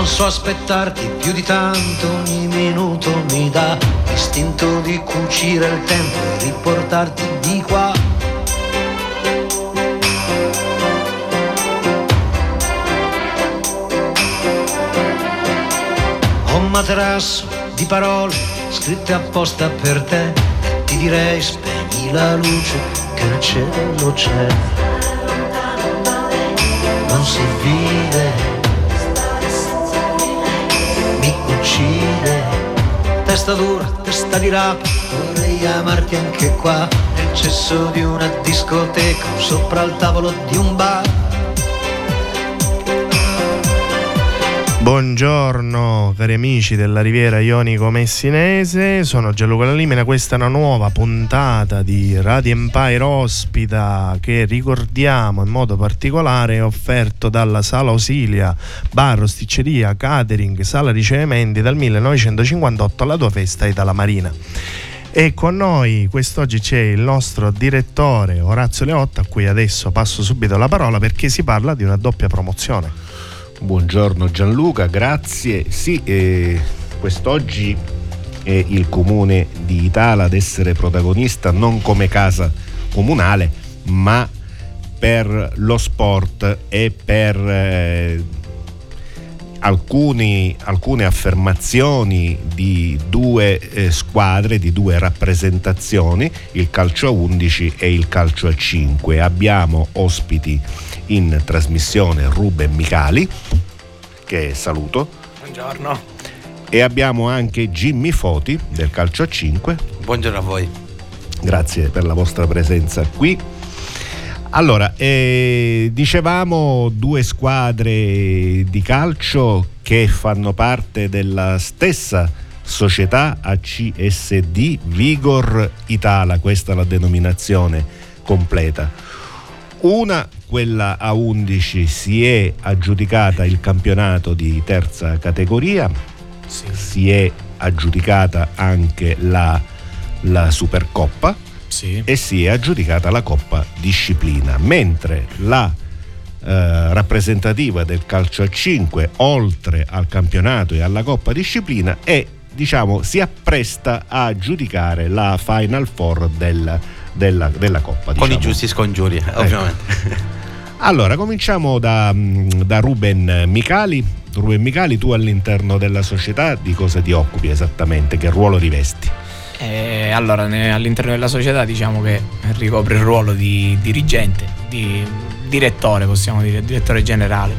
Non so aspettarti più di tanto, ogni minuto mi dà l'istinto di cucire il tempo e riportarti di qua. Ho un materasso di parole scritte apposta per te e ti direi spegni la luce che nel cielo c'è. Non si vive, mi uccide, testa dura, testa di rapa, vorrei amarti anche qua, nel cesso di una discoteca, sopra il tavolo di un bar. Buongiorno cari amici della Riviera Ionico-Messinese, sono Gianluca Lalimena, questa è una nuova puntata di Radio Empire Ospita che ricordiamo in modo particolare è offerto dalla Sala Osilia, bar, osticceria, catering, sala ricevimenti dal 1958 alla tua festa Itala Marina. E con noi quest'oggi c'è il nostro direttore Orazio Leotta, a cui adesso passo subito la parola perché si parla di una doppia promozione. Buongiorno Gianluca, grazie. Sì, quest'oggi è il comune di Itala ad essere protagonista non come casa comunale, ma per lo sport e per alcune affermazioni di due squadre, di due rappresentazioni, il calcio a 11 e il calcio a 5. Abbiamo ospiti in trasmissione Ruben Micali, che saluto. Buongiorno. E abbiamo anche Jimmy Foti del calcio a 5. Buongiorno a voi. Grazie per la vostra presenza qui. Allora, dicevamo due squadre di calcio che fanno parte della stessa società ACSD Vigor Itala, questa è la denominazione completa. Una, quella a 11, si è aggiudicata il campionato di terza categoria, sì. Si è aggiudicata anche la Supercoppa, sì. E si è aggiudicata la Coppa Disciplina, mentre la rappresentativa del calcio a 5, oltre al campionato e alla Coppa Disciplina, si appresta a giudicare la Final Four della Coppa, con i giusti scongiuri, ovviamente. Allora cominciamo da Ruben Micali. Ruben Micali, tu all'interno della società di cosa ti occupi esattamente? Che ruolo rivesti? Allora all'interno della società diciamo che ricopre il ruolo di dirigente, di direttore, possiamo dire, direttore generale.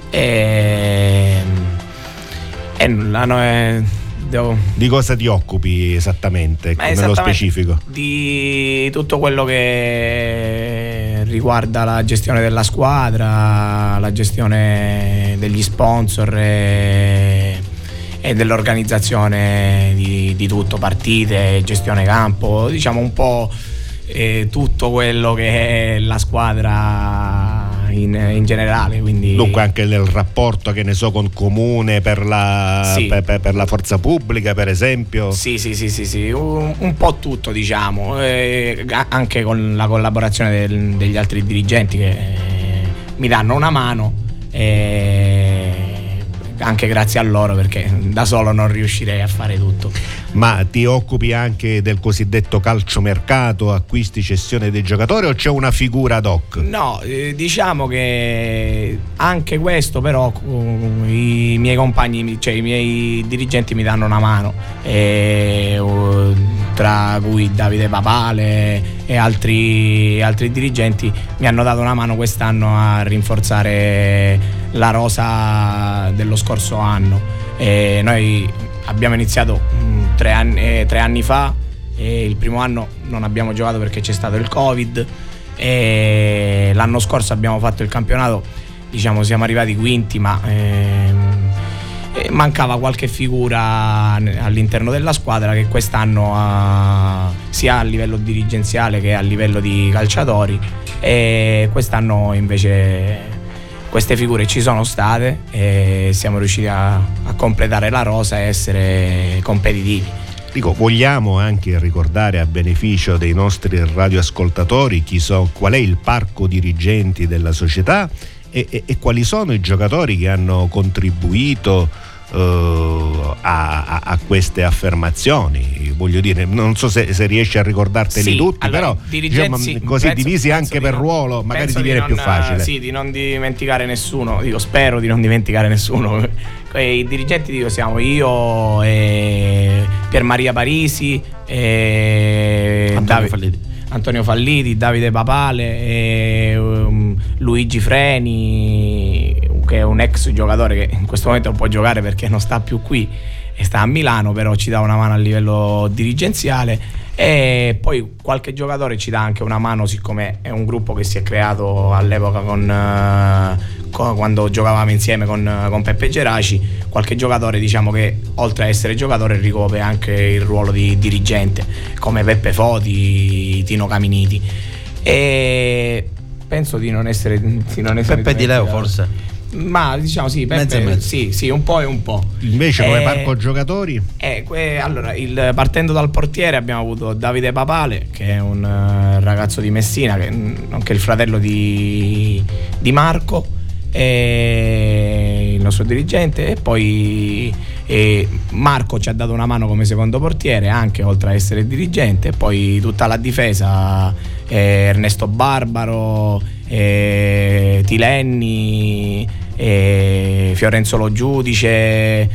Di cosa ti occupi esattamente, nello specifico? Di tutto quello che riguarda la gestione della squadra, la gestione degli sponsor e dell'organizzazione di tutto, partite, gestione campo, diciamo un po' tutto quello che è la squadra in generale, quindi dunque anche nel rapporto, che ne so, con comune per la, sì. per la forza pubblica, per esempio. Sì, un po' tutto, diciamo, anche con la collaborazione degli altri dirigenti che mi danno una mano, anche grazie a loro, perché da solo non riuscirei a fare tutto. Ma ti occupi anche del cosiddetto calciomercato, acquisti, cessione dei giocatori, o c'è una figura ad hoc? No, diciamo che anche questo, però i miei compagni, cioè i miei dirigenti mi danno una mano, tra cui Davide Papale e altri dirigenti mi hanno dato una mano quest'anno a rinforzare la rosa dello scorso anno. Noi abbiamo iniziato 3 anni fa, e il primo anno non abbiamo giocato perché c'è stato il Covid, e l'anno scorso abbiamo fatto il campionato, diciamo siamo arrivati quinti, ma mancava qualche figura all'interno della squadra, che quest'anno sia a livello dirigenziale che a livello di calciatori, e quest'anno invece queste figure ci sono state e siamo riusciti a completare la rosa e essere competitivi. Dico, vogliamo anche ricordare, a beneficio dei nostri radioascoltatori, qual è il parco dirigenti della società e quali sono i giocatori che hanno contribuito a queste affermazioni? Voglio dire, non so se riesci a ricordarteli tutti, allora, però diciamo, così divisi anche per ruolo magari ti viene più facile. Sì, di non dimenticare nessuno, spero di non dimenticare nessuno. I dirigenti siamo io e Pier Maria Parisi e Antonio Falliti, Davide Papale, Luigi Freni, che è un ex giocatore che in questo momento non può giocare perché non sta più qui e sta a Milano, però ci dà una mano a livello dirigenziale, e poi qualche giocatore ci dà anche una mano, siccome è un gruppo che si è creato all'epoca quando giocavamo insieme con Peppe Geraci. Qualche giocatore, diciamo, che oltre a essere giocatore ricopre anche il ruolo di dirigente, come Peppe Foti, Tino Caminiti, e penso di non essere Peppe Di Leo forse, ma diciamo sì, Peppe, mezzo. Sì, un po' e un po'. Invece come parco giocatori? Allora, partendo dal portiere abbiamo avuto Davide Papale, che è un ragazzo di Messina, nonché il fratello di Marco, il nostro dirigente, e poi Marco ci ha dato una mano come secondo portiere, anche oltre a essere dirigente, e poi tutta la difesa, Ernesto Barbaro, Tilenni, Fiorenzo Lo Giudice,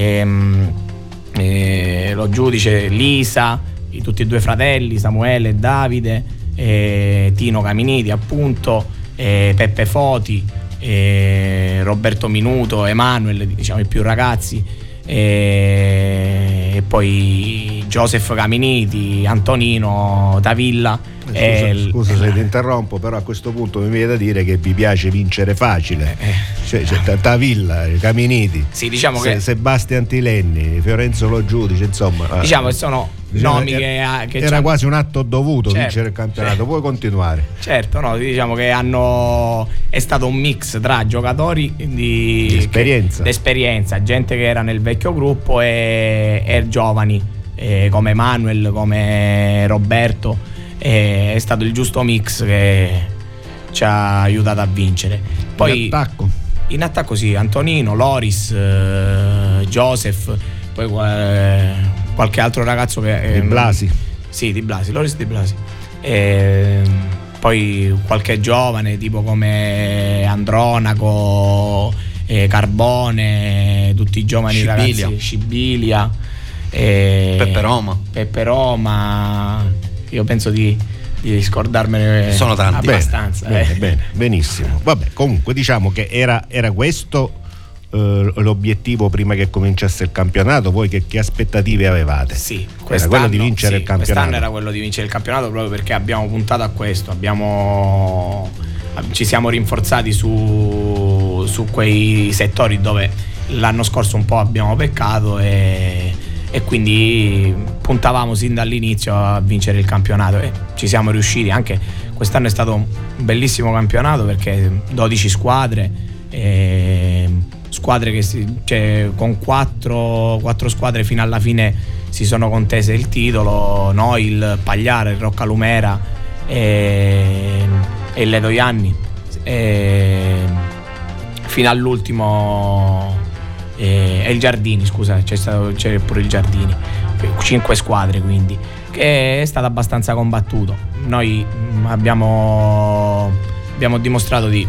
Lisa, tutti e due fratelli, Samuele e Davide, Tino Caminiti appunto, Peppe Foti, Roberto Minuto, Emanuele, diciamo i più ragazzi, e poi Joseph Caminiti, Antonino, Tavilla. Scusa se ti interrompo, però a questo punto mi viene da dire che vi piace vincere facile. C'è Tavilla, Caminiti, sì, diciamo che Sebastian Tilenni, Fiorenzo Lo Giudice, insomma, diciamo che sono nomi che era quasi un atto dovuto, certo, vincere il campionato. Certo. Puoi continuare. Certo, no, diciamo che è stato un mix tra giocatori di esperienza, gente che era nel vecchio gruppo e giovani, come Manuel, come Roberto. È stato il giusto mix che ci ha aiutato a vincere. Poi in attacco sì, Antonino, Loris, Joseph, poi qualche altro ragazzo che Di Blasi. Sì, Di Blasi, Loris Di Blasi. Poi qualche giovane tipo come Andronaco, Carbone, tutti i giovani ragazzi, Scibilia, Peppe Roma. Io penso di scordarmene, sono tanti, abbastanza. Bene, benissimo. Vabbè, comunque diciamo che era questo l'obiettivo prima che cominciasse il campionato. Voi che aspettative avevate? Sì, era quello di vincere il campionato. Quest'anno era quello di vincere il campionato, proprio perché abbiamo puntato a questo, ci siamo rinforzati su quei settori dove l'anno scorso un po' abbiamo peccato, e quindi puntavamo sin dall'inizio a vincere il campionato, e ci siamo riusciti. Anche quest'anno è stato un bellissimo campionato, perché 12 squadre che con 4 squadre fino alla fine si sono contese il titolo: noi, il Pagliara, il Roccalumera e il Ledoianni, fino all'ultimo, e il Giardini, scusa, c'è pure il Giardini, 5 squadre, quindi, che è stato abbastanza combattuto. Noi abbiamo dimostrato di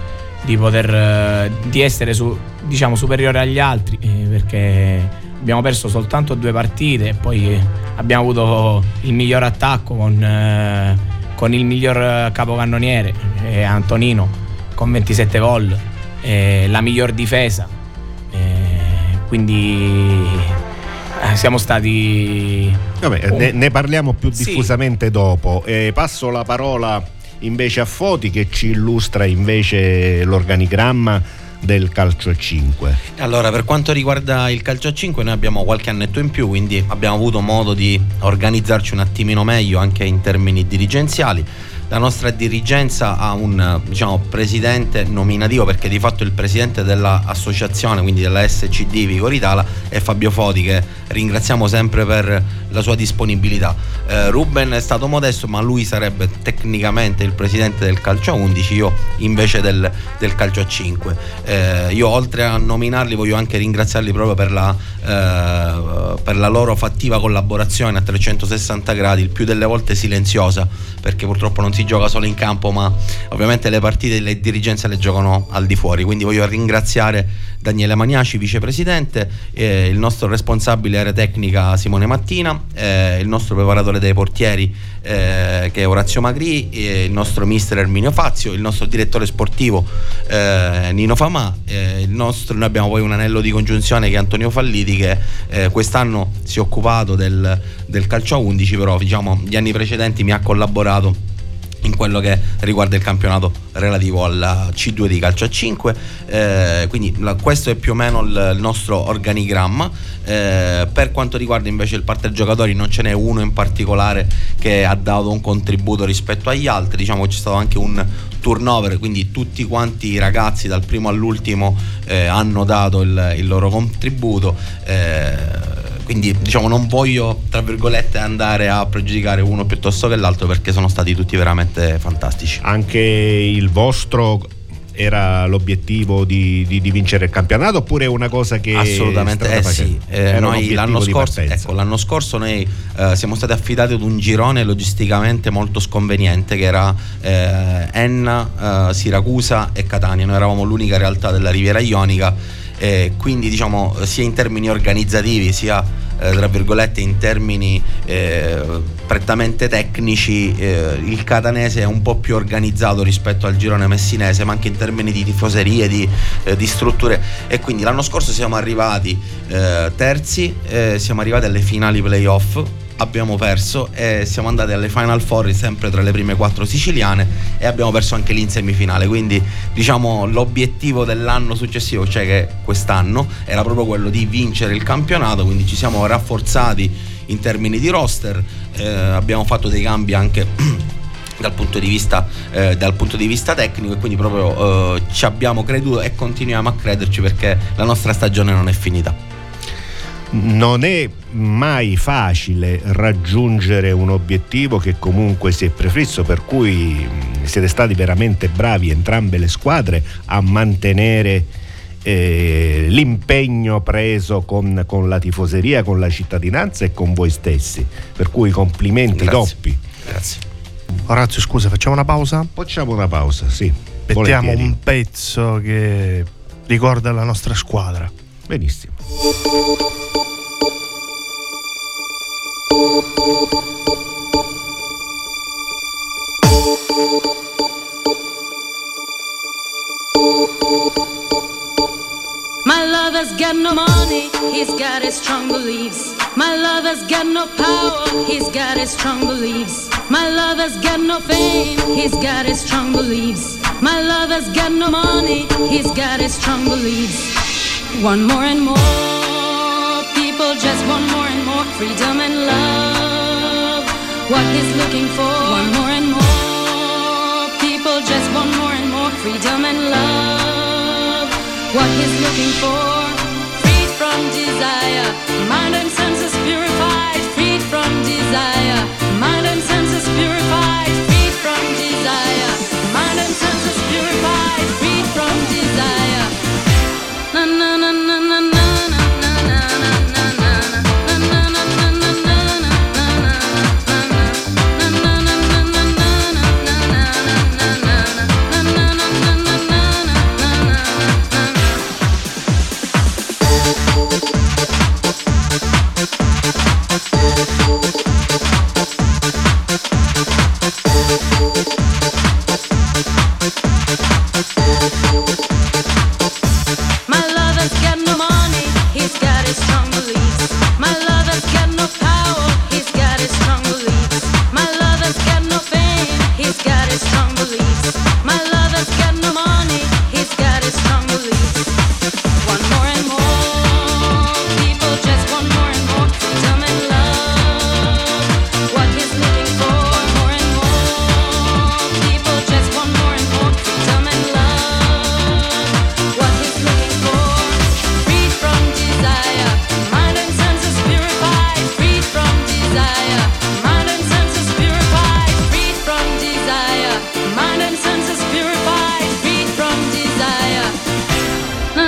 essere diciamo superiore agli altri, perché abbiamo perso soltanto 2 partite, e poi abbiamo avuto il miglior attacco con il miglior capocannoniere, Antonino, con 27 gol, la miglior difesa, quindi siamo stati. Vabbè, ne parliamo più diffusamente dopo. Passo la parola invece a Foti, che ci illustra invece l'organigramma del calcio a 5. Allora, per quanto riguarda il calcio a 5, noi abbiamo qualche annetto in più, quindi abbiamo avuto modo di organizzarci un attimino meglio anche in termini dirigenziali. la nostra dirigenza ha un presidente nominativo, perché di fatto il presidente dell'associazione, quindi della SCD Vigoritala, è Fabio Foti, che ringraziamo sempre per la sua disponibilità. Ruben è stato modesto, ma lui sarebbe tecnicamente il presidente del calcio a 11, io invece del calcio a 5. Io, oltre a nominarli, voglio anche ringraziarli proprio per la loro fattiva collaborazione a 360 gradi, il più delle volte silenziosa, perché purtroppo non si gioca solo in campo, ma ovviamente le partite le dirigenze le giocano al di fuori. Quindi voglio ringraziare Daniele Maniaci, vicepresidente, il nostro responsabile area tecnica Simone Mattina, il nostro preparatore dei portieri che è Orazio Magri, il nostro mister Erminio Fazio, il nostro direttore sportivo Nino Famà, noi abbiamo poi un anello di congiunzione che è Antonio Falliti, che quest'anno si è occupato del calcio a 11, però gli anni precedenti mi ha collaborato in quello che riguarda il campionato relativo alla C2 di calcio a 5, quindi questo è più o meno il nostro organigramma. Per quanto riguarda invece il parterre giocatori, non ce n'è uno in particolare che ha dato un contributo rispetto agli altri, c'è stato anche un turnover, quindi tutti quanti i ragazzi dal primo all'ultimo hanno dato il loro contributo, quindi non voglio, tra virgolette, andare a pregiudicare uno piuttosto che l'altro, perché sono stati tutti veramente fantastici. Anche il vostro era l'obiettivo di vincere il campionato, oppure è una cosa che assolutamente sì. Noi l'anno scorso noi siamo stati affidati ad un girone logisticamente molto sconveniente, che era Enna, Siracusa e Catania. Noi eravamo l'unica realtà della Riviera Ionica, quindi sia in termini organizzativi sia tra virgolette in termini prettamente tecnici, il catanese è un po' più organizzato rispetto al girone messinese, ma anche in termini di tifoserie, di strutture, e quindi l'anno scorso siamo arrivati terzi, siamo arrivati alle finali playoff, abbiamo perso e siamo andati alle Final Four sempre tra le prime 4 siciliane, e abbiamo perso anche lì in semifinale. Quindi l'obiettivo dell'anno successivo, cioè che quest'anno, era proprio quello di vincere il campionato, quindi ci siamo rafforzati in termini di roster, abbiamo fatto dei cambi anche dal punto di vista tecnico, e quindi proprio ci abbiamo creduto e continuiamo a crederci, perché la nostra stagione non è finita. Non è mai facile raggiungere un obiettivo che comunque si è prefisso, per cui siete stati veramente bravi entrambe le squadre a mantenere l'impegno preso con la tifoseria, con la cittadinanza e con voi stessi, per cui complimenti. Grazie. Doppi. Grazie. Orazio, scusa, facciamo una pausa? Facciamo una pausa, sì. Mettiamo Volentieri. un pezzo che ricorda la nostra squadra. Benissimo. My lover's got no money, he's got his strong beliefs. My lover's got no power, he's got his strong beliefs. My lover's got no fame, he's got his strong beliefs. My lover's got no money, he's got his strong beliefs. One more and more, people just want more and more freedom and love. What he's looking for, one more and more, people just want more and more freedom and love. What he's looking for, freed from desire, mind and senses purified, freed from desire, mind and senses purified, freed from desire, mind and senses purified, freed from desire. Na na na na na na.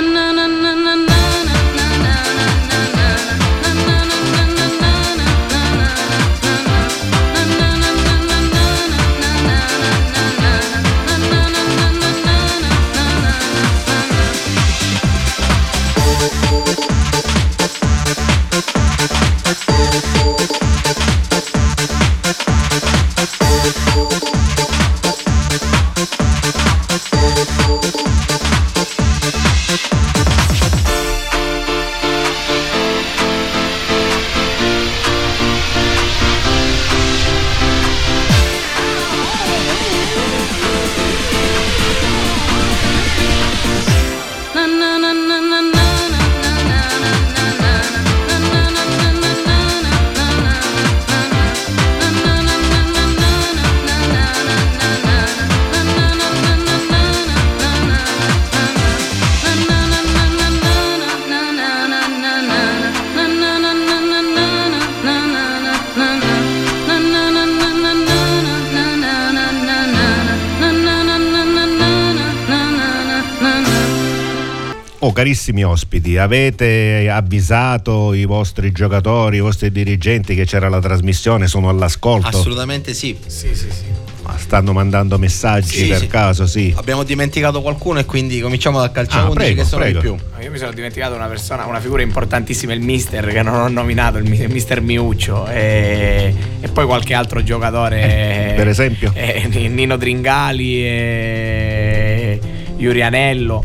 Carissimi ospiti, avete avvisato i vostri giocatori, i vostri dirigenti che c'era la trasmissione? Sono all'ascolto? Assolutamente sì. Sì. Ma stanno mandando messaggi per caso? Sì. Abbiamo dimenticato qualcuno e quindi cominciamo dal calcio 11 prego, che sono prego. di più. Io mi sono dimenticato una figura importantissima, il mister, che non ho nominato, il mister Miuccio, e poi qualche altro giocatore, per esempio Nino Dringali e Iurianello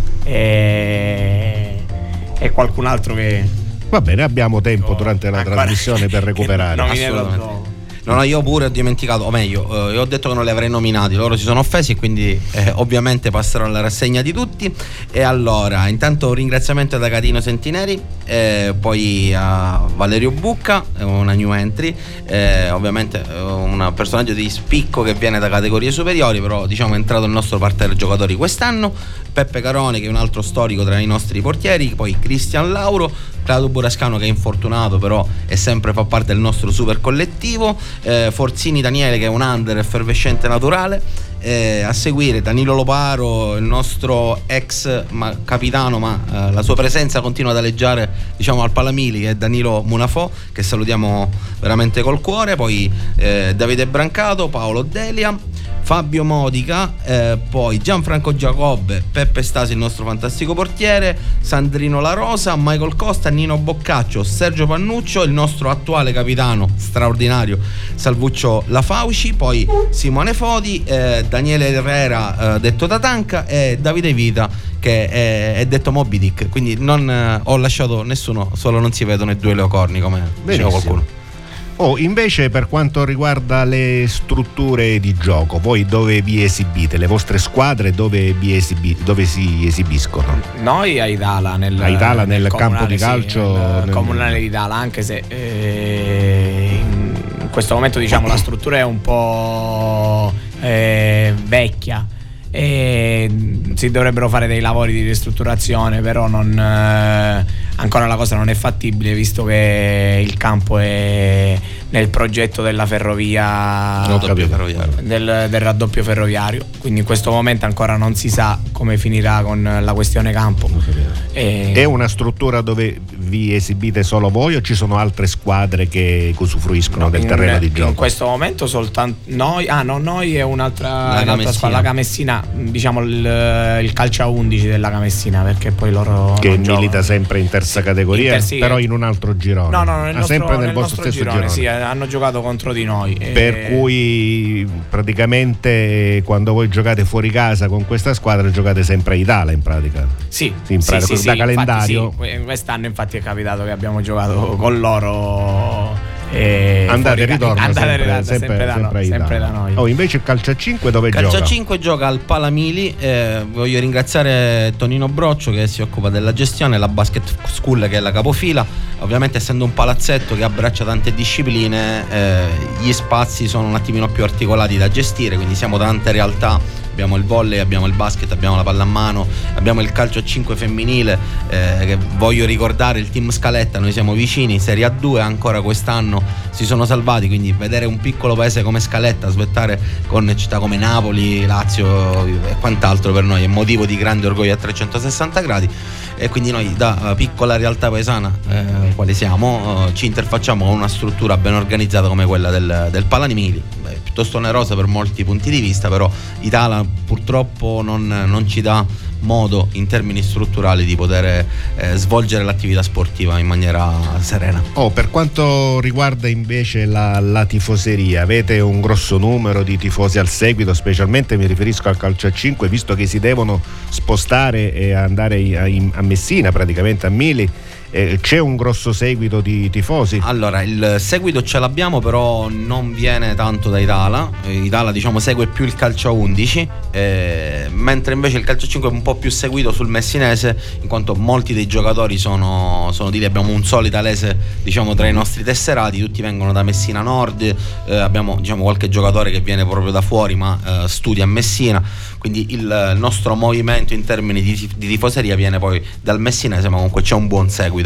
e qualcun altro che... Va bene, abbiamo tempo durante la trasmissione per recuperare. Assolutamente. No, io pure ho dimenticato, o meglio, io ho detto che non li avrei nominati, loro si sono offesi e quindi ovviamente passerò alla rassegna di tutti. E allora, intanto un ringraziamento da Catino Sentineri, poi a Valerio Bucca, una new entry, ovviamente un personaggio di spicco che viene da categorie superiori, però diciamo è entrato nel nostro parterre giocatori quest'anno. Peppe Carone, che è un altro storico tra i nostri portieri, poi Cristian Lauro, Claudio Burascano che è infortunato però è sempre fa parte del nostro super collettivo, Forzini Daniele che è un under effervescente naturale, a seguire Danilo Loparo, il nostro ex capitano, ma la sua presenza continua ad aleggiare diciamo al Palamili, che è Danilo Munafò, che salutiamo veramente col cuore, poi Davide Brancato, Paolo Delia, Fabio Modica, poi Gianfranco Giacobbe, Peppe Stasi il nostro fantastico portiere, Sandrino La Rosa, Michael Costa, Nino Boccaccio, Sergio Pannuccio, il nostro attuale capitano straordinario Salvuccio Lafauci, poi Simone Fodi, Daniele Herrera detto Tatanca e Davide Vita che è detto Moby Dick, quindi non ho lasciato nessuno, solo non si vedono i due leocorni come diceva qualcuno. Invece per quanto riguarda le strutture di gioco, voi dove vi esibite? Le vostre squadre dove si esibiscono? Noi a Idala, nel campo di calcio, nel comunale di Idala, anche se in questo momento diciamo la struttura è un po' vecchia e si dovrebbero fare dei lavori di ristrutturazione, però ancora la cosa non è fattibile, visto che il campo è nel progetto della ferrovia, del raddoppio ferroviario, quindi in questo momento ancora non si sa come finirà con la questione campo. È una struttura dove vi esibite solo voi o ci sono altre squadre che usufruiscono del terreno di gioco? In questo momento soltanto noi, noi e un'altra squadra, la Camessina, diciamo il calcio a 11 della Camessina, perché poi loro che milita sempre in terza categoria, però in un altro girone. No, sempre nel vostro stesso girone. Sì, hanno giocato contro di noi. Per cui praticamente quando voi giocate fuori casa con questa squadra giocate sempre a Italia in pratica. Sì, da calendario. Infatti, quest'anno infatti è capitato che abbiamo giocato con loro. Andate e ritorno sempre da noi. Invece il calcio a 5 dove gioca? Calcio a 5 gioca al Palamili. Voglio ringraziare Tonino Broccio che si occupa della gestione, la Basket School che è la capofila. Ovviamente essendo un palazzetto che abbraccia tante discipline, gli spazi sono un attimino più articolati da gestire, quindi siamo tante realtà abbiamo il volley, abbiamo il basket, abbiamo la pallamano, abbiamo il calcio a 5 femminile, che voglio ricordare il team Scaletta, noi siamo vicini, Serie A2 ancora quest'anno si sono salvati, quindi vedere un piccolo paese come Scaletta sbettare con città come Napoli, Lazio e quant'altro per noi è motivo di grande orgoglio a 360 gradi, e quindi noi da piccola realtà paesana quali siamo ci interfacciamo con una struttura ben organizzata come quella del Palanimili, piuttosto onerosa per molti punti di vista, però Itala purtroppo non ci dà modo in termini strutturali di poter svolgere l'attività sportiva in maniera serena. Per quanto riguarda invece la tifoseria, avete un grosso numero di tifosi al seguito, specialmente mi riferisco al calcio a 5, visto che si devono spostare e andare a Messina, praticamente a Mili. C'è un grosso seguito di tifosi? Allora, il seguito ce l'abbiamo, però non viene tanto da Itala. Itala segue più il calcio a 11, mentre invece il calcio a 5 è un po' più seguito sul messinese, in quanto molti dei giocatori sono di lì. Abbiamo un solo italese tra i nostri tesserati, tutti vengono da Messina Nord, abbiamo qualche giocatore che viene proprio da fuori ma studia a Messina, quindi il nostro movimento in termini di tifoseria viene poi dal messinese, ma comunque c'è un buon seguito.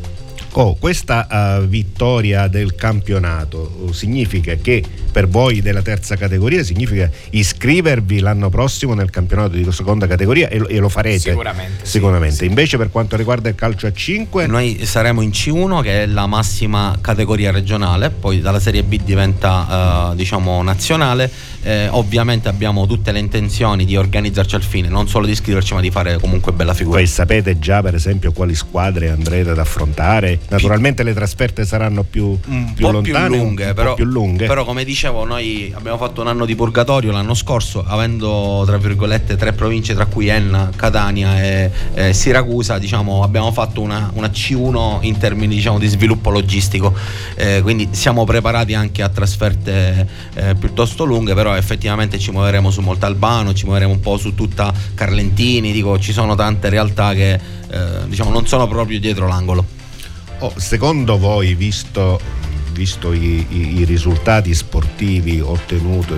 Questa vittoria del campionato significa che per voi della terza categoria significa iscrivervi l'anno prossimo nel campionato di seconda categoria, e lo farete sicuramente. Sì. Invece per quanto riguarda il calcio a 5, noi saremo in C1, che è la massima categoria regionale, poi dalla Serie B diventa nazionale. Ovviamente abbiamo tutte le intenzioni di organizzarci al fine, non solo di iscriverci ma di fare comunque bella figura. Poi sapete già per esempio quali squadre andrete ad affrontare? Naturalmente le trasferte saranno più lontane, più lunghe, però come dicevo noi abbiamo fatto un anno di purgatorio l'anno scorso, avendo tra virgolette 3 province, tra cui Enna, Catania e Siracusa, abbiamo fatto una C1 in termini di sviluppo logistico, quindi siamo preparati anche a trasferte piuttosto lunghe, però effettivamente ci muoveremo su Montalbano, ci muoveremo un po' su tutta Carlentini, ci sono tante realtà che non sono proprio dietro l'angolo. Secondo voi, visto i risultati sportivi ottenuti,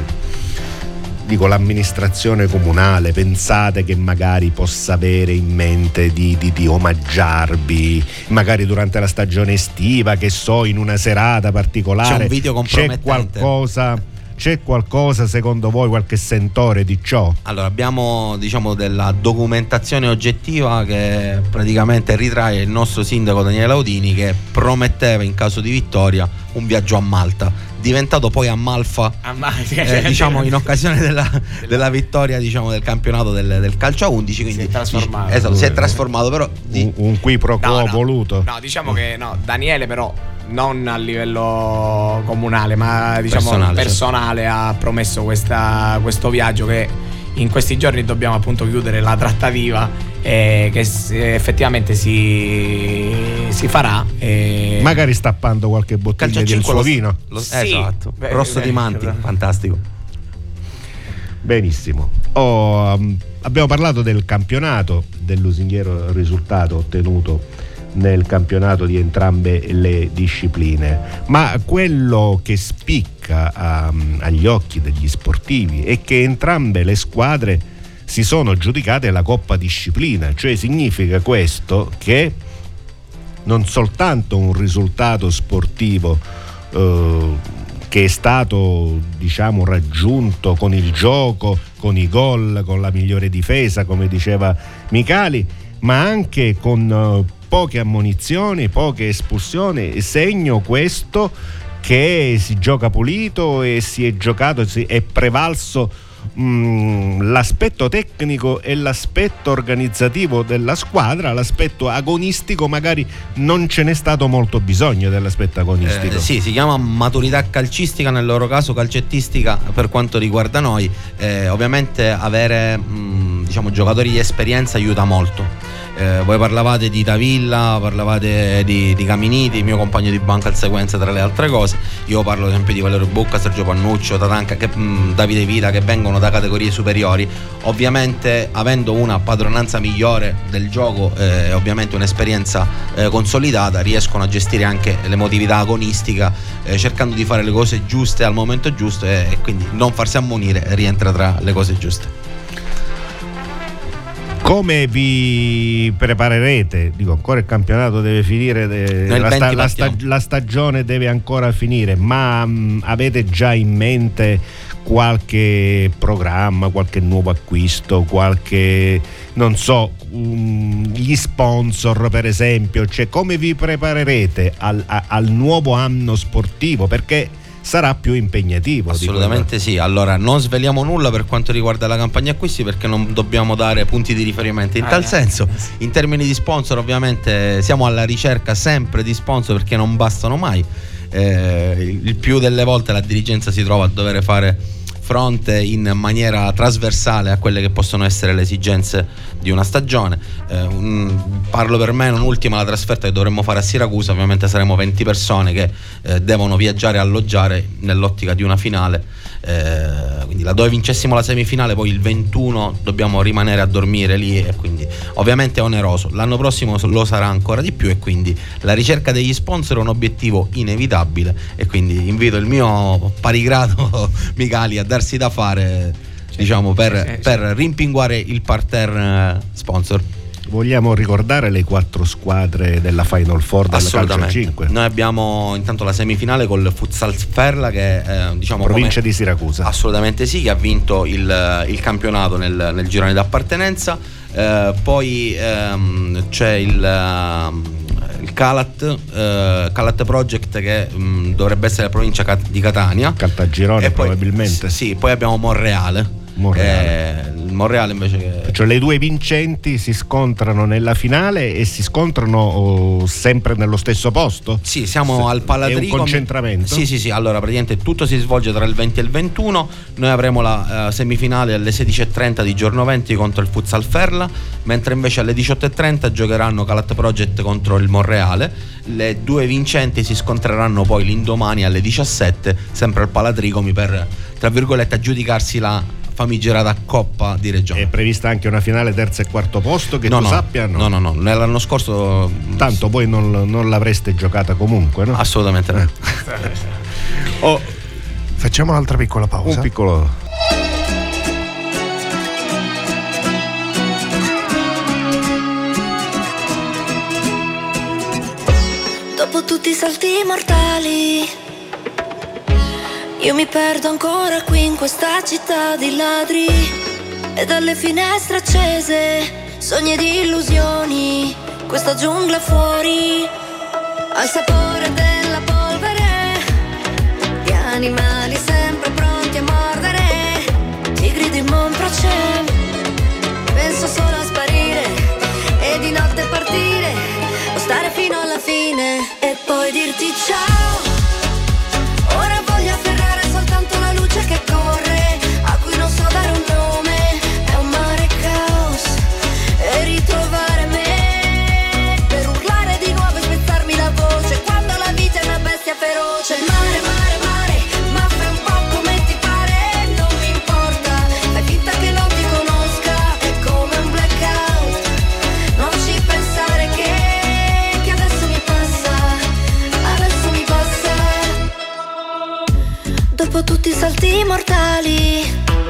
l'amministrazione comunale, pensate che magari possa avere in mente di omaggiarvi magari durante la stagione estiva, che in una serata particolare? C'è un video compromettente. C'è qualcosa secondo voi, qualche sentore di ciò? Allora abbiamo della documentazione oggettiva che praticamente ritrae il nostro sindaco Daniele Laudini, che prometteva in caso di vittoria un viaggio a Malta, diventato poi Amalfa in occasione della vittoria del campionato del calcio a 11, quindi si è trasformato. Si è trasformato, però un qui pro quo voluto. Che Daniele però non a livello comunale ma personale ha promesso questo viaggio, che in questi giorni dobbiamo appunto chiudere la trattativa, che effettivamente si farà, magari stappando qualche bottiglia del suo vino. Esatto, Rosso di Manti, fantastico. Benissimo. Abbiamo parlato del campionato, del lusinghiero risultato ottenuto nel campionato di entrambe le discipline, ma quello che spicca agli occhi degli sportivi è che entrambe le squadre si sono aggiudicate la Coppa Disciplina, cioè significa questo che non soltanto un risultato sportivo che è stato raggiunto con il gioco, con i gol, con la migliore difesa, come diceva Micali, ma anche con poche ammonizioni, poche espulsioni, segno questo che si gioca pulito e si è giocato, è prevalso l'aspetto tecnico e l'aspetto organizzativo della squadra. L'aspetto agonistico magari non ce n'è stato molto bisogno dell'aspetto agonistico. Sì, si chiama maturità calcistica, nel loro caso calcettistica per quanto riguarda noi. Ovviamente avere giocatori di esperienza aiuta molto. Voi parlavate di Davilla, parlavate di Caminiti, il mio compagno di banca al Sequenza, tra le altre cose. Io parlo ad esempio di Valerio Bocca, Sergio Pannuccio, Tatanca, Davide Vita, che vengono da categorie superiori. Ovviamente avendo una padronanza migliore del gioco, ovviamente un'esperienza consolidata, riescono a gestire anche l'emotività agonistica, cercando di fare le cose giuste al momento giusto, e quindi non farsi ammonire rientra tra le cose giuste. Come vi preparerete? Dico, ancora il campionato deve finire, la stagione deve ancora finire, ma avete già in mente qualche programma, qualche nuovo acquisto, qualche, non so, gli sponsor per esempio? Cioè, come vi preparerete al nuovo anno sportivo? Perché sarà più impegnativo. Assolutamente sì. Allora, non sveliamo nulla per quanto riguarda la campagna acquisti, perché non dobbiamo dare punti di riferimento in tal senso. In termini di sponsor, ovviamente siamo alla ricerca sempre di sponsor, perché non bastano mai. Il più delle volte la dirigenza si trova a dover fare fronte in maniera trasversale a quelle che possono essere le esigenze di una stagione. Parlo per me, non ultima la trasferta che dovremmo fare a Siracusa. Ovviamente saremo 20 persone che devono viaggiare e alloggiare nell'ottica di una finale, quindi dove vincessimo la semifinale, poi il 21 dobbiamo rimanere a dormire lì, e quindi ovviamente è oneroso. L'anno prossimo lo sarà ancora di più, e quindi la ricerca degli sponsor è un obiettivo inevitabile, e quindi invito il mio parigrado Micali a darsi da fare, diciamo, per rimpinguare il parterre sponsor. Vogliamo ricordare le 4 squadre della Final Four della Calcio 5? Noi abbiamo intanto la semifinale col Futsal Ferla, che è, diciamo, provincia di Siracusa. Assolutamente sì, che ha vinto il campionato nel girone d'appartenenza. Poi c'è il Calat Project, che dovrebbe essere la provincia di Catania. Caltagirone, e poi, probabilmente. Sì, poi abbiamo Monreale. Il Monreale invece cioè le due vincenti si scontrano nella finale e si scontrano sempre nello stesso posto? Sì, siamo al Paladrico. È un concentramento? Sì, allora praticamente tutto si svolge tra il 20 e il 21. Noi avremo la semifinale alle 16:30 di giorno 20 contro il Futsal Ferla, mentre invece alle 18:30 giocheranno Calat Project contro il Monreale. Le due vincenti si scontreranno poi l'indomani alle 17, sempre al Paladricomi, per, tra virgolette, aggiudicarsi la famigerata Coppa di Regione. È prevista anche una finale terzo e quarto posto, che tu sappia? No, nell'anno scorso tanto voi non l'avreste giocata comunque, no? Assolutamente no. Facciamo un'altra piccola pausa. Un piccolo. Dopo tutti i salti mortali, io mi perdo ancora qui in questa città di ladri, e dalle finestre accese sogni di illusioni, questa giungla fuori al sapore della polvere, gli animali sempre pronti a mordere, tigri di Monprocem. Penso solo a sparire e di notte partire, o stare fino alla fine e poi dirti ciao. Ora voglio afferrare soltanto la luce che corre, a cui non so dare un nome, è un mare caos, e ritrovare me per urlare di nuovo e spezzarmi la voce quando la vita è una bestia feroce. Mare, mare, mare, ma fai un po' come ti pare, non mi importa, fai finta che non ti conosca, è come un blackout, non ci pensare che adesso mi passa, adesso mi passa. Dopo tutti i salti mortali,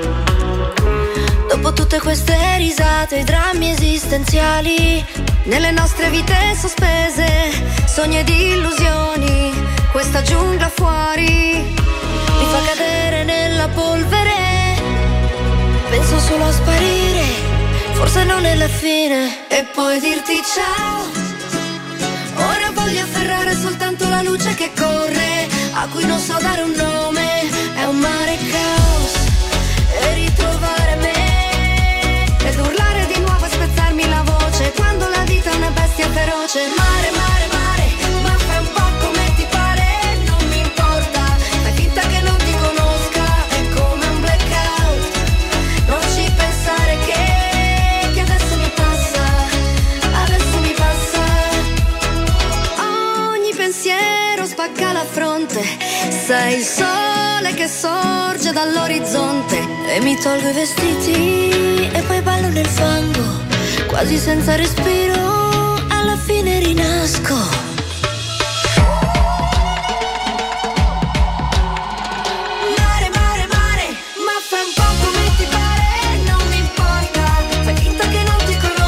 dopo tutte queste risate, i drammi esistenziali, nelle nostre vite sospese, sogni ed illusioni, questa giungla fuori mi fa cadere nella polvere, penso solo a sparire, forse non è la fine, e poi dirti ciao. Ora voglio afferrare soltanto la luce che corre, a cui non so dare un nome, è un mare caos, e ritrovare me ed urlare di nuovo e spezzarmi la voce quando la vita è una bestia feroce. Mare, mare, mare, ma fai un po' come ti pare, non mi importa, fai finta che non ti conosca, è come un blackout, non ci pensare che adesso mi passa, adesso mi passa. Ogni pensiero spacca la fronte, sei il sole che sorge dall'orizzonte, e mi tolgo i vestiti e poi ballo nel fango, quasi senza respiro, alla fine rinasco. Mare, mare, mare, ma fai un po' come ti pare, non mi importa, fai finta che non ti conosca.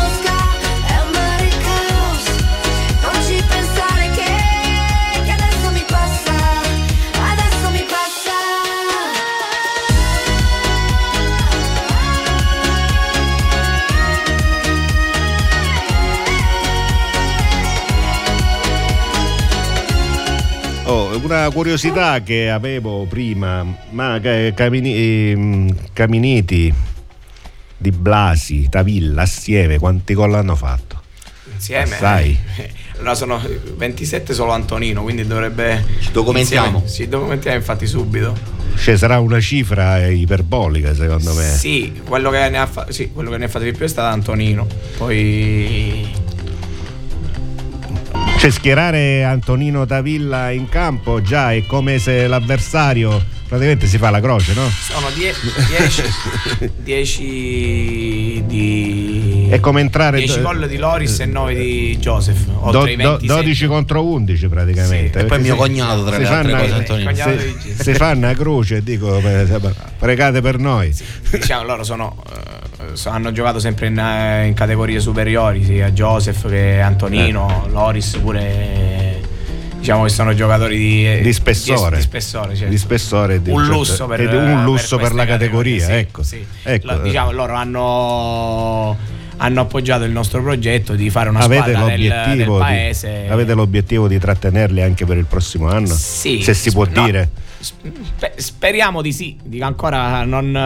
Una curiosità che avevo prima, ma Caminiti, Di Blasi, Tavilla assieme quanti gol hanno fatto? Insieme? Sai? Allora sono 27 solo Antonino, quindi dovrebbe... Ci documentiamo. Ci documentiamo infatti subito. Cioè sarà una cifra iperbolica secondo me. Sì, quello che ne ha fatto di più è stato Antonino. Poi... Cioè schierare Antonino Tavilla in campo già è come se l'avversario praticamente si fa la croce, no? Sono 10 di... È come entrare 10 gol di Loris e 9 di Joseph, oltre i 27. 12 contro 11 praticamente. Sì. E poi mio cognato tra le altre cose, Antonino. Se fa una croce e dico pregate per noi. Sì. Diciamo loro hanno giocato sempre in categorie superiori, sia Joseph che Antonino, Loris pure, diciamo che sono giocatori di spessore, certo. Di spessore, un lusso per la categoria, sì, ecco. Sì. Ecco. Diciamo loro hanno appoggiato il nostro progetto di fare una squadra del paese. Avete l'obiettivo di trattenerli anche per il prossimo anno? Sì, se si può dire. Speriamo di sì. Dico ancora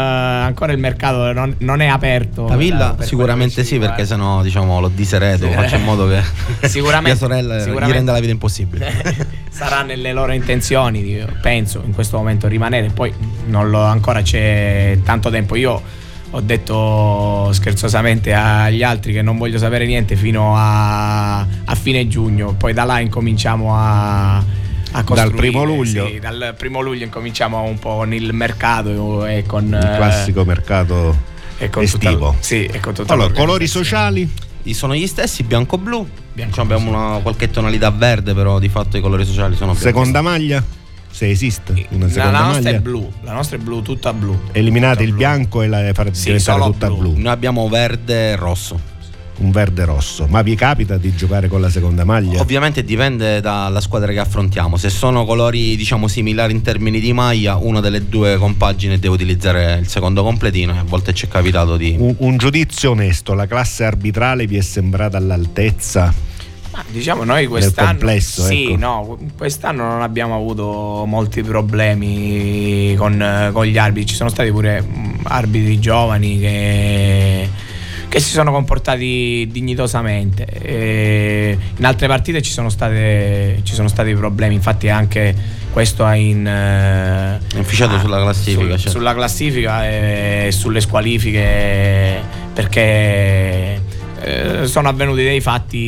il mercato non è aperto. Tavilla sicuramente sì, perché sennò diciamo lo diseredo, faccio in modo che sicuramente mia sorella gli renda la vita impossibile. Sarà nelle loro intenzioni, penso, in questo momento rimanere. Poi ancora c'è tanto tempo. Io ho detto scherzosamente agli altri che non voglio sapere niente fino a fine giugno, poi da là incominciamo a costruire. Dal 1 luglio? Sì, dal 1 luglio incominciamo un po' con il mercato e con il classico mercato estivo. E con tutta allora, colori sociali? Sono gli stessi, bianco-blu. Abbiamo qualche tonalità verde, però di fatto i colori sociali sono bianco. Seconda maglia? Se esiste una seconda la nostra maglia. è blu, la nostra è blu, tutta blu. Eliminate tutta il blu. bianco e la fate diventare tutta blu. Noi abbiamo verde e rosso. Un verde rosso. Ma vi capita di giocare con la seconda maglia? Ovviamente dipende dalla squadra che affrontiamo. Se sono colori diciamo similari in termini di maglia, una delle due compagini deve utilizzare il secondo completino, e a volte ci è capitato di... Un giudizio onesto, la classe arbitrale vi è sembrata all'altezza? Ma diciamo noi quest'anno complesso, sì, ecco. no, quest'anno non abbiamo avuto molti problemi con gli arbitri. Ci sono stati pure arbitri giovani che si sono comportati dignitosamente. In altre partite ci sono stati problemi, infatti anche questo ha inficiato sulla classifica, sulla classifica e sulle squalifiche, perché sono avvenuti dei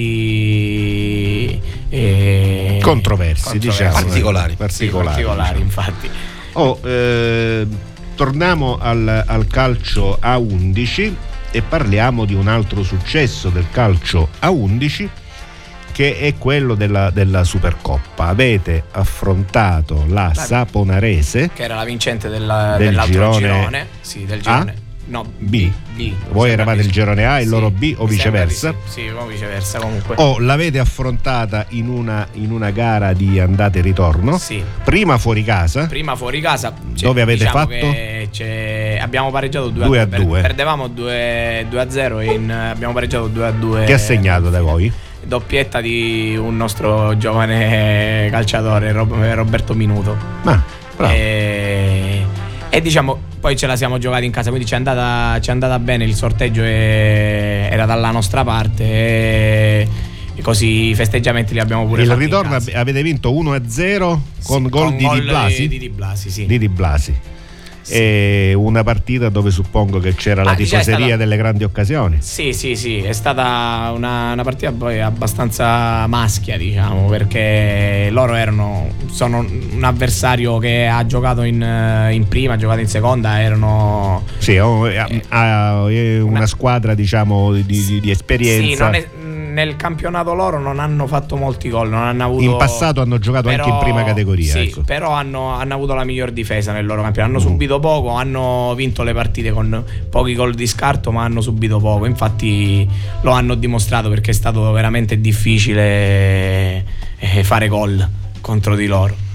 fatti controversi, diciamo, particolari, diciamo. Infatti. Torniamo al calcio a 11 e parliamo di un altro successo del calcio a 11, che è quello della Supercoppa. Avete affrontato la Saponarese, che era la vincente dell'altro girone. Sì, del girone. A? No, B. B. Voi eravate il girone A e loro B, o viceversa? Sì, o viceversa comunque. L'avete affrontata in una gara di andata e ritorno? Sì. Prima fuori casa. Dove avete fatto? Abbiamo pareggiato 2-2. Perdevamo 2-0 e abbiamo pareggiato 2-2. Chi ha segnato da voi? Doppietta di un nostro giovane calciatore, Roberto Minuto. Bravo. E diciamo poi ce la siamo giocati in casa, quindi ci è andata bene. Il sorteggio era dalla nostra parte e così i festeggiamenti li abbiamo pure fatti. Il ritorno avete vinto 1-0 con gol di Di Blasi? Di Di Blasi, sì. Di Di Blasi. Sì. E una partita dove suppongo che c'era la tifoseria delle grandi occasioni. Sì, è stata una partita poi abbastanza maschia, diciamo, perché loro sono un avversario che ha giocato in prima, ha giocato in seconda, erano una squadra, diciamo, di esperienza. Sì, nel campionato loro non hanno fatto molti gol, non hanno avuto... In passato hanno giocato anche in prima categoria. Sì, ecco. Però hanno avuto la miglior difesa nel loro campionato. Hanno subito poco, hanno vinto le partite con pochi gol di scarto, ma hanno subito poco. Infatti lo hanno dimostrato, perché è stato veramente difficile fare gol contro di loro.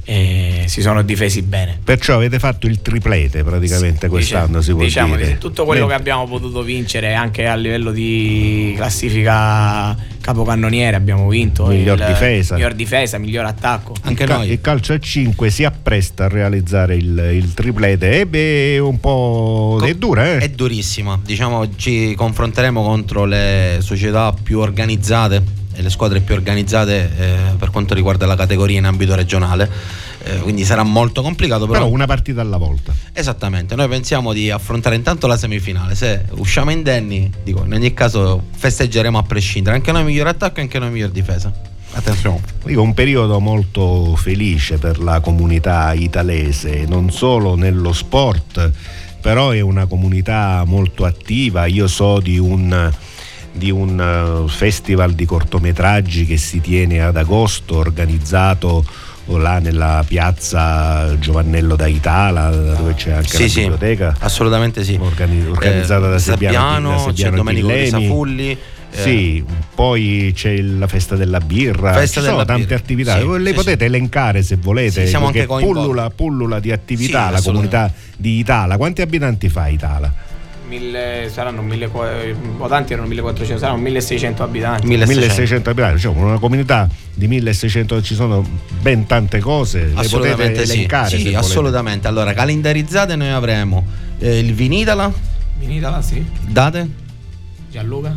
e si sono difesi bene. Perciò avete fatto il triplete praticamente quest'anno, si può diciamo dire. Che tutto quello che abbiamo potuto vincere anche a livello di classifica capocannoniere abbiamo vinto. Miglior difesa, miglior attacco. Anche noi. Il calcio a 5 si appresta a realizzare il triplete è un po' è dura, È durissima, diciamo ci confronteremo contro le società più organizzate e le squadre più organizzate per quanto riguarda la categoria in ambito regionale, quindi sarà molto complicato, però una partita alla volta. Esattamente, noi pensiamo di affrontare intanto la semifinale, se usciamo indenni, dico, in ogni caso festeggeremo a prescindere, anche noi miglior attacco e anche noi miglior difesa. Attenzione. Dico, un periodo molto felice per la comunità italese, non solo nello sport, però è una comunità molto attiva. Io so di un festival di cortometraggi che si tiene ad agosto, organizzato là nella piazza Giovannello da Itala, dove c'è anche la biblioteca. Assolutamente sì. Organizzata da Sabbiano, c'è Domenico Risafulli. Sì, poi c'è la festa della birra, ci sono tante attività. Le potete elencare se volete, siamo perché anche pullula di attività la comunità di Itala. Quanti abitanti fa Itala? Saranno 1.000 votanti, erano 1.400, saranno 1.600 abitanti. 1.600 abitanti, cioè una comunità di 1.600, ci sono ben tante cose, le potete elencare. Sì, assolutamente. Allora, calendarizzate, noi avremo il Vinitala, sì. Date? Gianluca?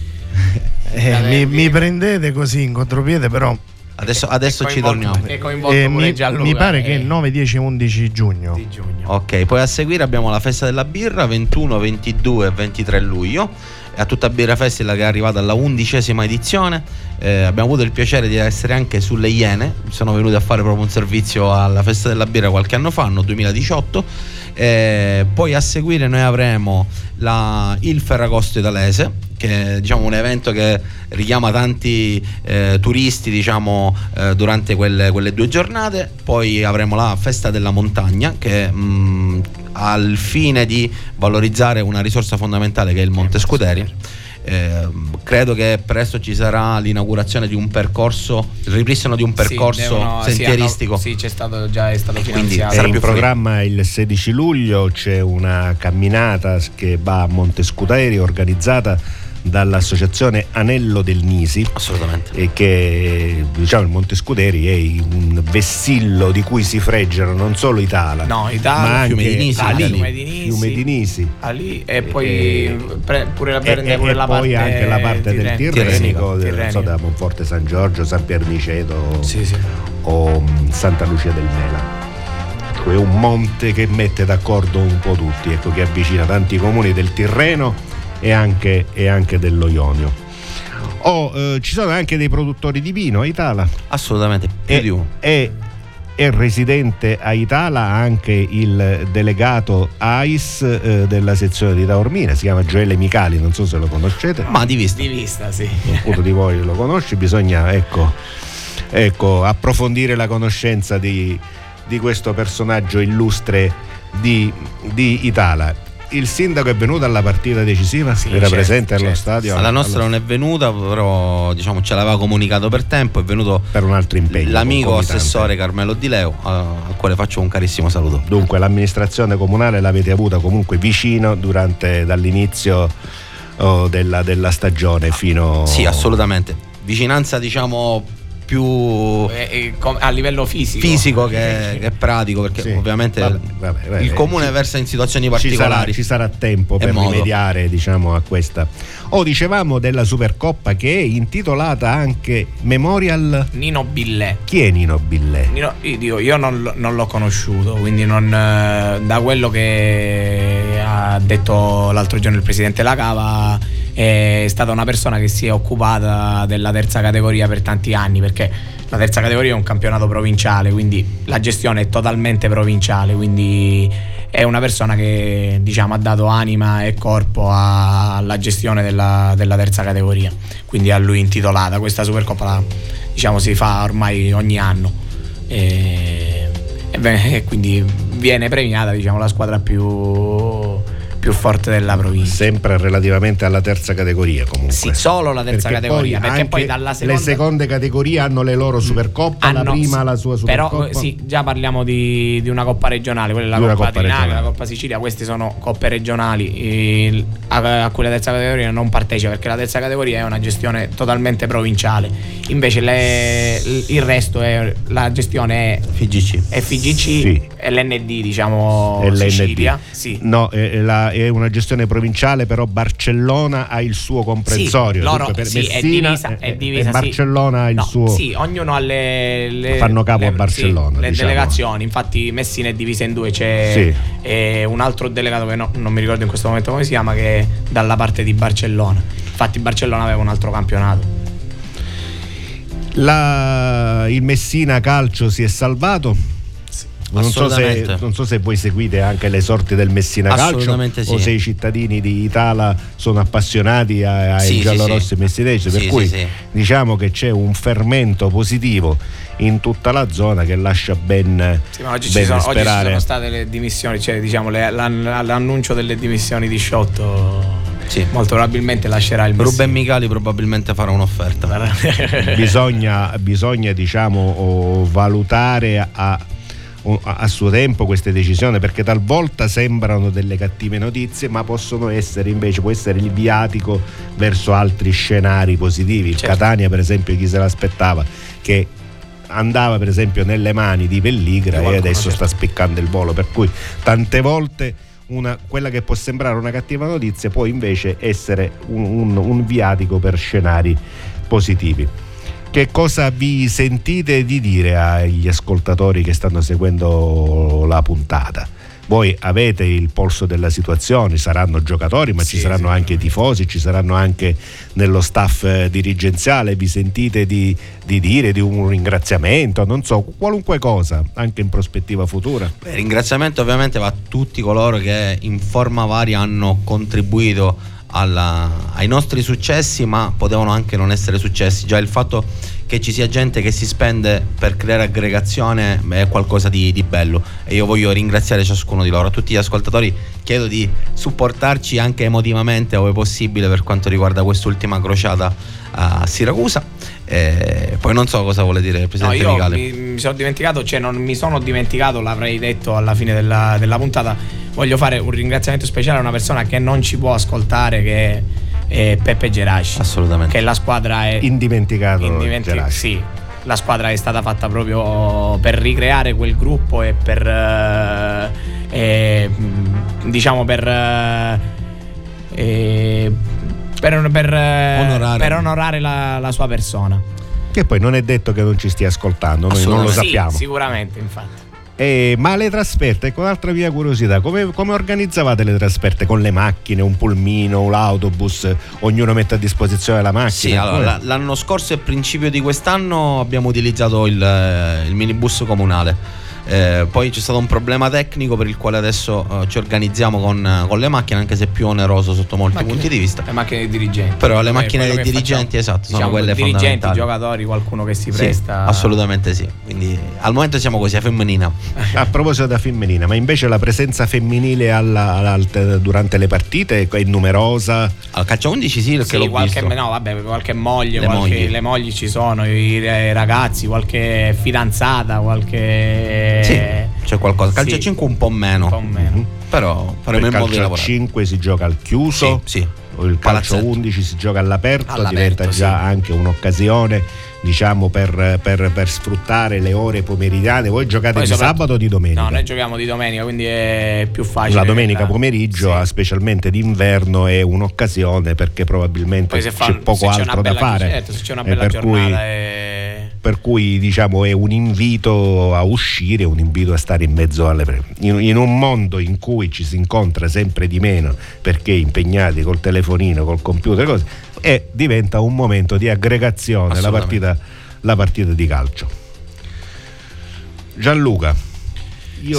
Mi prendete così in contropiede, però Adesso ci torniamo. Mi pare che è 9, 10, 11 giugno. Ok, poi a seguire abbiamo la festa della birra 21, 22 e 23 luglio. A tutta Birra Festival che è arrivata alla 11ª edizione. Abbiamo avuto il piacere di essere anche sulle Iene. Sono venuti a fare proprio un servizio alla festa della birra qualche anno fa, anno 2018. Poi a seguire noi avremo il Ferragosto Italese, che è, diciamo, un evento che richiama tanti turisti, diciamo, durante quelle 2 giornate. Poi avremo la festa della montagna, che al fine di valorizzare una risorsa fondamentale che è il Monte Scuderi. Credo che presto ci sarà l'inaugurazione di un percorso, il ripristino di un percorso sentieristico. Sì, è stato finanziato. È in programma il 16 luglio, c'è una camminata che va a Monte Scuderi, organizzata dall'associazione Anello del Nisi. Assolutamente. E che, diciamo, il Monte Scuderi è un vessillo di cui si freggiano non solo Itala, ma anche Fiume di Nisi, Ali, e poi pure la parte del Tirrenico, non so, da Monforte San Giorgio, San Pierniceto o Santa Lucia del Mela. È un monte che mette d'accordo un po' tutti, ecco, che avvicina tanti comuni del Tirreno e anche dello Ionio. Ci sono anche dei produttori di vino a Itala. Assolutamente, più di uno. È residente a Itala anche il delegato AIS della sezione di Taormina, si chiama Gioele Micali, non so se lo conoscete. Ma di vista sì. Qualcuno di voi lo conosce, bisogna ecco approfondire la conoscenza di questo personaggio illustre di Itala. Il sindaco è venuto alla partita decisiva? Era presente allo stadio? Alla nostra non è venuta, però diciamo ce l'aveva comunicato per tempo, è venuto per un altro impegno. L'amico assessore Carmelo Di Leo, al quale faccio un carissimo saluto. Dunque l'amministrazione comunale l'avete avuta comunque vicino dall'inizio della stagione fino... Sì, assolutamente. Vicinanza, diciamo, più a livello fisico che pratico, perché ovviamente il comune versa in situazioni particolari. Ci sarà tempo per rimediare, diciamo, a questa. Dicevamo della Supercoppa, che è intitolata anche Memorial Nino Billè. Chi è Nino Billè? Io non l'ho conosciuto, quindi da quello che ha detto l'altro giorno il presidente La Cava, è stata una persona che si è occupata della terza categoria per tanti anni, perché la terza categoria è un campionato provinciale, quindi la gestione è totalmente provinciale, quindi è una persona che, diciamo, ha dato anima e corpo alla gestione della terza categoria, quindi a lui intitolata. Questa Supercoppa, diciamo, si fa ormai ogni anno e quindi viene premiata, diciamo, la squadra più più forte della provincia. Sempre relativamente alla terza categoria comunque. Sì, solo la terza categoria, perché poi dalla seconda... Le seconde categorie hanno le loro Supercoppa, la prima la sua Supercoppa. Però sì, già parliamo di una Coppa regionale, quella è la Coppa Trinale, la Coppa Sicilia, queste sono coppe regionali a cui la terza categoria non partecipa, perché la terza categoria è una gestione totalmente provinciale. Invece il resto la gestione è FIGC sì. e l'ND, diciamo, l'ND. Sicilia. Sì. No, è una gestione provinciale, però Barcellona ha il suo comprensorio. Sì, loro, per sì, Messina è divisa, e Barcellona ha il suo. Sì, ognuno ha fanno capo a Barcellona. Sì, le diciamo. delegazioni. Infatti Messina è divisa in due. C'è un altro delegato che non mi ricordo in questo momento come si chiama, che è dalla parte di Barcellona. Infatti Barcellona aveva un altro campionato. Il Messina Calcio si è salvato. Non so se voi seguite anche le sorti del Messina Calcio, sì. O se i cittadini di Itala sono appassionati ai giallorossi messinesi, per cui diciamo che c'è un fermento positivo in tutta la zona che lascia ben oggi sperare. Oggi ci sono state le dimissioni, cioè diciamo l'annuncio delle dimissioni di Sciotto. Sì. Molto probabilmente lascerà il Messina. Ruben Micali probabilmente farà un'offerta. Bisogna diciamo valutare a suo tempo queste decisioni, perché talvolta sembrano delle cattive notizie, ma può essere il viatico verso altri scenari positivi. Il Catania, per esempio, chi se l'aspettava che andava per esempio nelle mani di Pelligra e adesso sta spiccando il volo, per cui tante volte quella che può sembrare una cattiva notizia può invece essere un viatico per scenari positivi. Che cosa vi sentite di dire agli ascoltatori che stanno seguendo la puntata? Voi avete il polso della situazione, saranno giocatori, ma ci saranno anche tifosi, ci saranno anche nello staff dirigenziale. Vi sentite di dire di un ringraziamento, non so, qualunque cosa, anche in prospettiva futura? Ringraziamento ovviamente va a tutti coloro che in forma varia hanno contribuito ai nostri successi, ma potevano anche non essere successi. Già il fatto che ci sia gente che si spende per creare aggregazione è qualcosa di bello, e io voglio ringraziare ciascuno di loro. A tutti gli ascoltatori chiedo di supportarci anche emotivamente ove possibile per quanto riguarda quest'ultima crociata a Siracusa. Poi non so cosa vuole dire il presidente Micali. Mi sono dimenticato, cioè non mi sono dimenticato, l'avrei detto alla fine della puntata. Voglio fare un ringraziamento speciale a una persona che non ci può ascoltare, che è Peppe Geraci. Assolutamente. Che la squadra è indimenticato. Sì, la squadra è stata fatta proprio per ricreare quel gruppo e per diciamo per onorare la sua persona. Che poi non è detto che non ci stia ascoltando, noi non lo sappiamo. Sì, sicuramente, infatti. Ma le trasferte, ecco un'altra mia curiosità, come organizzavate le trasferte? Con le macchine, un pulmino, l'autobus, ognuno mette a disposizione la macchina? Sì, allora, l'anno scorso e principio di quest'anno abbiamo utilizzato il minibus comunale. Poi c'è stato un problema tecnico per il quale adesso ci organizziamo con le macchine, anche se più oneroso sotto molti punti di vista. Le macchine dei dirigenti. Però le macchine dei dirigenti, esatto, sono quelle dirigenti, fondamentali. Giocatori, qualcuno che si presta. Assolutamente sì. Quindi al momento siamo così, a femminina. A proposito da femminina, ma invece la presenza femminile durante le partite è numerosa? Al calcio 11 sì, perché l'ho visto. Qualche moglie, le mogli ci sono, i ragazzi, qualche fidanzata, qualche... Sì, c'è qualcosa. Calcio 5 un po' meno. Però faremo in modo di lavorare. Il calcio 5 si gioca al chiuso. Sì. Il calcio 11 si gioca all'aperto, diventa già anche un'occasione, diciamo, per sfruttare le ore pomeridiane. Voi giocate di sabato o di domenica? No, noi giochiamo di domenica, quindi è più facile. La domenica pomeriggio, specialmente d'inverno, è un'occasione, perché probabilmente c'è poco altro da fare. Certo, se c'è una bella giornata per cui diciamo è un invito a uscire, un invito a stare in mezzo in un mondo in cui ci si incontra sempre di meno, perché impegnati col telefonino, col computer, cose, e diventa un momento di aggregazione la partita di calcio. Gianluca, io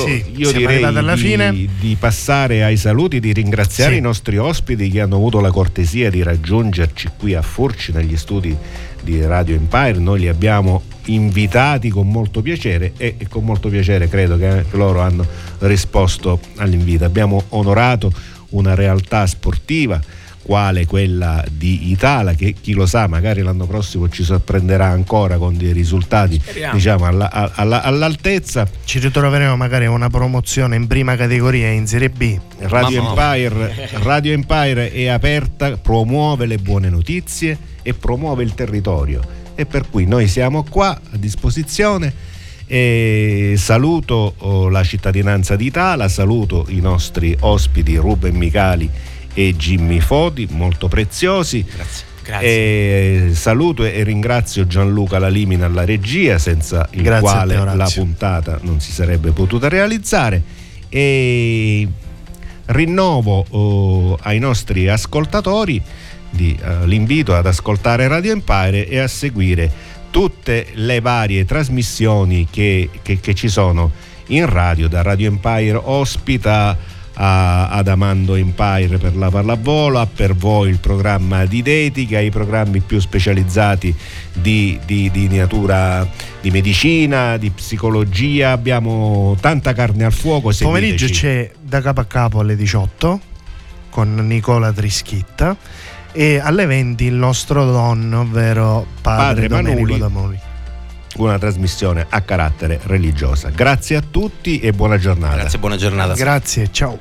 direi di passare ai saluti, di ringraziare i nostri ospiti che hanno avuto la cortesia di raggiungerci qui a Furci negli studi di Radio Empire. Noi li abbiamo invitati con molto piacere e con molto piacere credo che anche loro hanno risposto all'invito. Abbiamo onorato una realtà sportiva quale quella di Itala, che chi lo sa magari l'anno prossimo ci sorprenderà ancora con dei risultati diciamo all'altezza. Ci ritroveremo magari a una promozione in prima categoria in Serie B. Radio Empire è aperta, promuove le buone notizie e promuove il territorio, e per cui noi siamo qua a disposizione. E saluto la cittadinanza di Itala, saluto i nostri ospiti Ruben Micali e Jimmy Foti, molto preziosi. Grazie. Saluto e ringrazio Gianluca Lalimina alla regia, senza il quale la puntata non si sarebbe potuta realizzare, e rinnovo ai nostri ascoltatori l'invito ad ascoltare Radio Empire e a seguire tutte le varie trasmissioni che ci sono in radio. Da Radio Empire ospita ad Amando Empire per la pallavolo, a Per Voi il programma di Detica, i programmi più specializzati di natura, di medicina, di psicologia. Abbiamo tanta carne al fuoco. Pomeriggio c'è Da Capo a Capo alle 18 con Nicola Trischitta, e alle 20 il nostro Don, ovvero Padre Domenico D'Amoli. Una trasmissione a carattere religiosa. Grazie a tutti e buona giornata. Grazie, buona giornata. Grazie, ciao.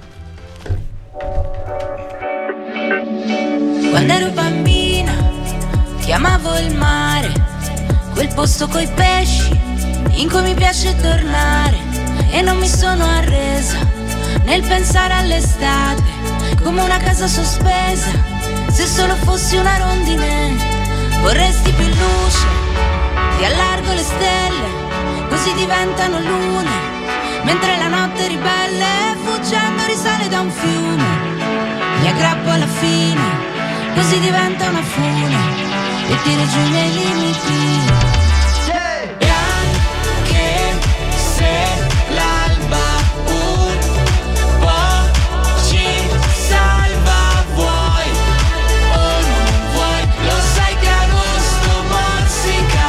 Quando ero bambina ti amavo il mare, quel posto coi pesci in cui mi piace tornare, e non mi sono arresa nel pensare all'estate come una casa sospesa. Se solo fossi una rondine vorresti più luce, ti allargo le stelle, così diventano lune, mentre la notte ribelle, fuggendo risale da un fiume. Mi aggrappo alla fine, così diventa una fune, e tiro giù i miei limiti. E anche se l'alba un po' ci salva, vuoi o non vuoi, lo sai che agosto morsica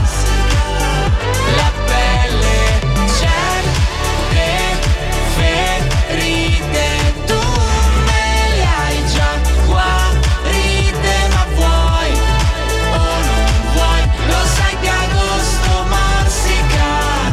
la pelle, certe ferite tu me le hai già guarite, ma vuoi o non vuoi, lo sai che agosto morsica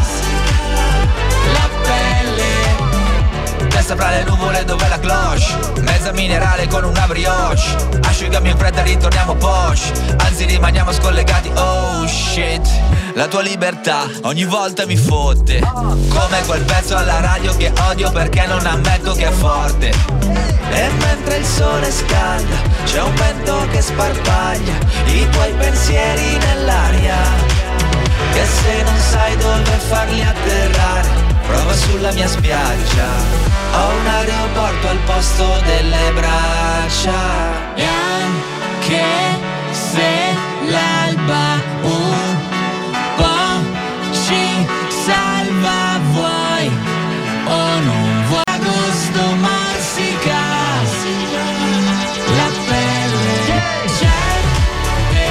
la pelle. Testa fra le nuvole dove la cloche, mezza minerale con una brioche, asciugami in fretta, ritorniamo posh, anzi rimaniamo scollegati, oh shit. La tua libertà ogni volta mi fotte, come quel pezzo alla radio che odio perché non ammetto che è forte. E mentre il sole scalda c'è un vento che sparpaglia i tuoi pensieri nell'aria, che se non sai dove farli atterrare, prova sulla mia spiaggia. Ho un aeroporto al posto delle braccia. E anche se l'alba un po' ci salva, vuoi o non vuoi, agosto morsica la pelle, certe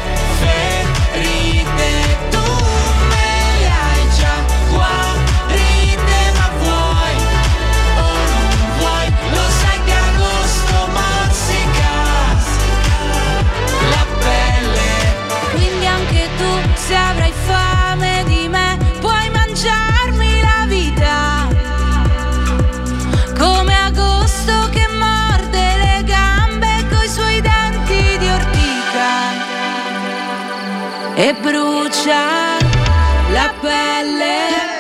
ferite tu me le hai già guarite, ma vuoi o non vuoi, lo sai che agosto morsica la pelle. Quindi anche tu, se avrai fame di me, puoi mangiarmi la vita, come agosto che morde le gambe coi suoi denti di ortica e brucia la pelle.